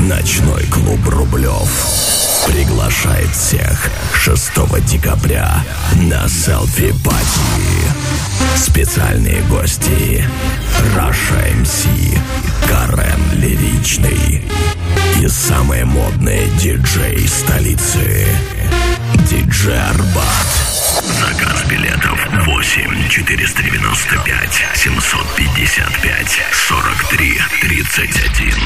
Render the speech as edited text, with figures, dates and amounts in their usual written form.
Ночной клуб Рублев приглашает всех 6 декабря на селфи-пати. Специальные гости: Раша МС, Карен Лиричный и самые модные диджеи столицы диджей Арбат. Заказ билетов 8 495 755 43 31.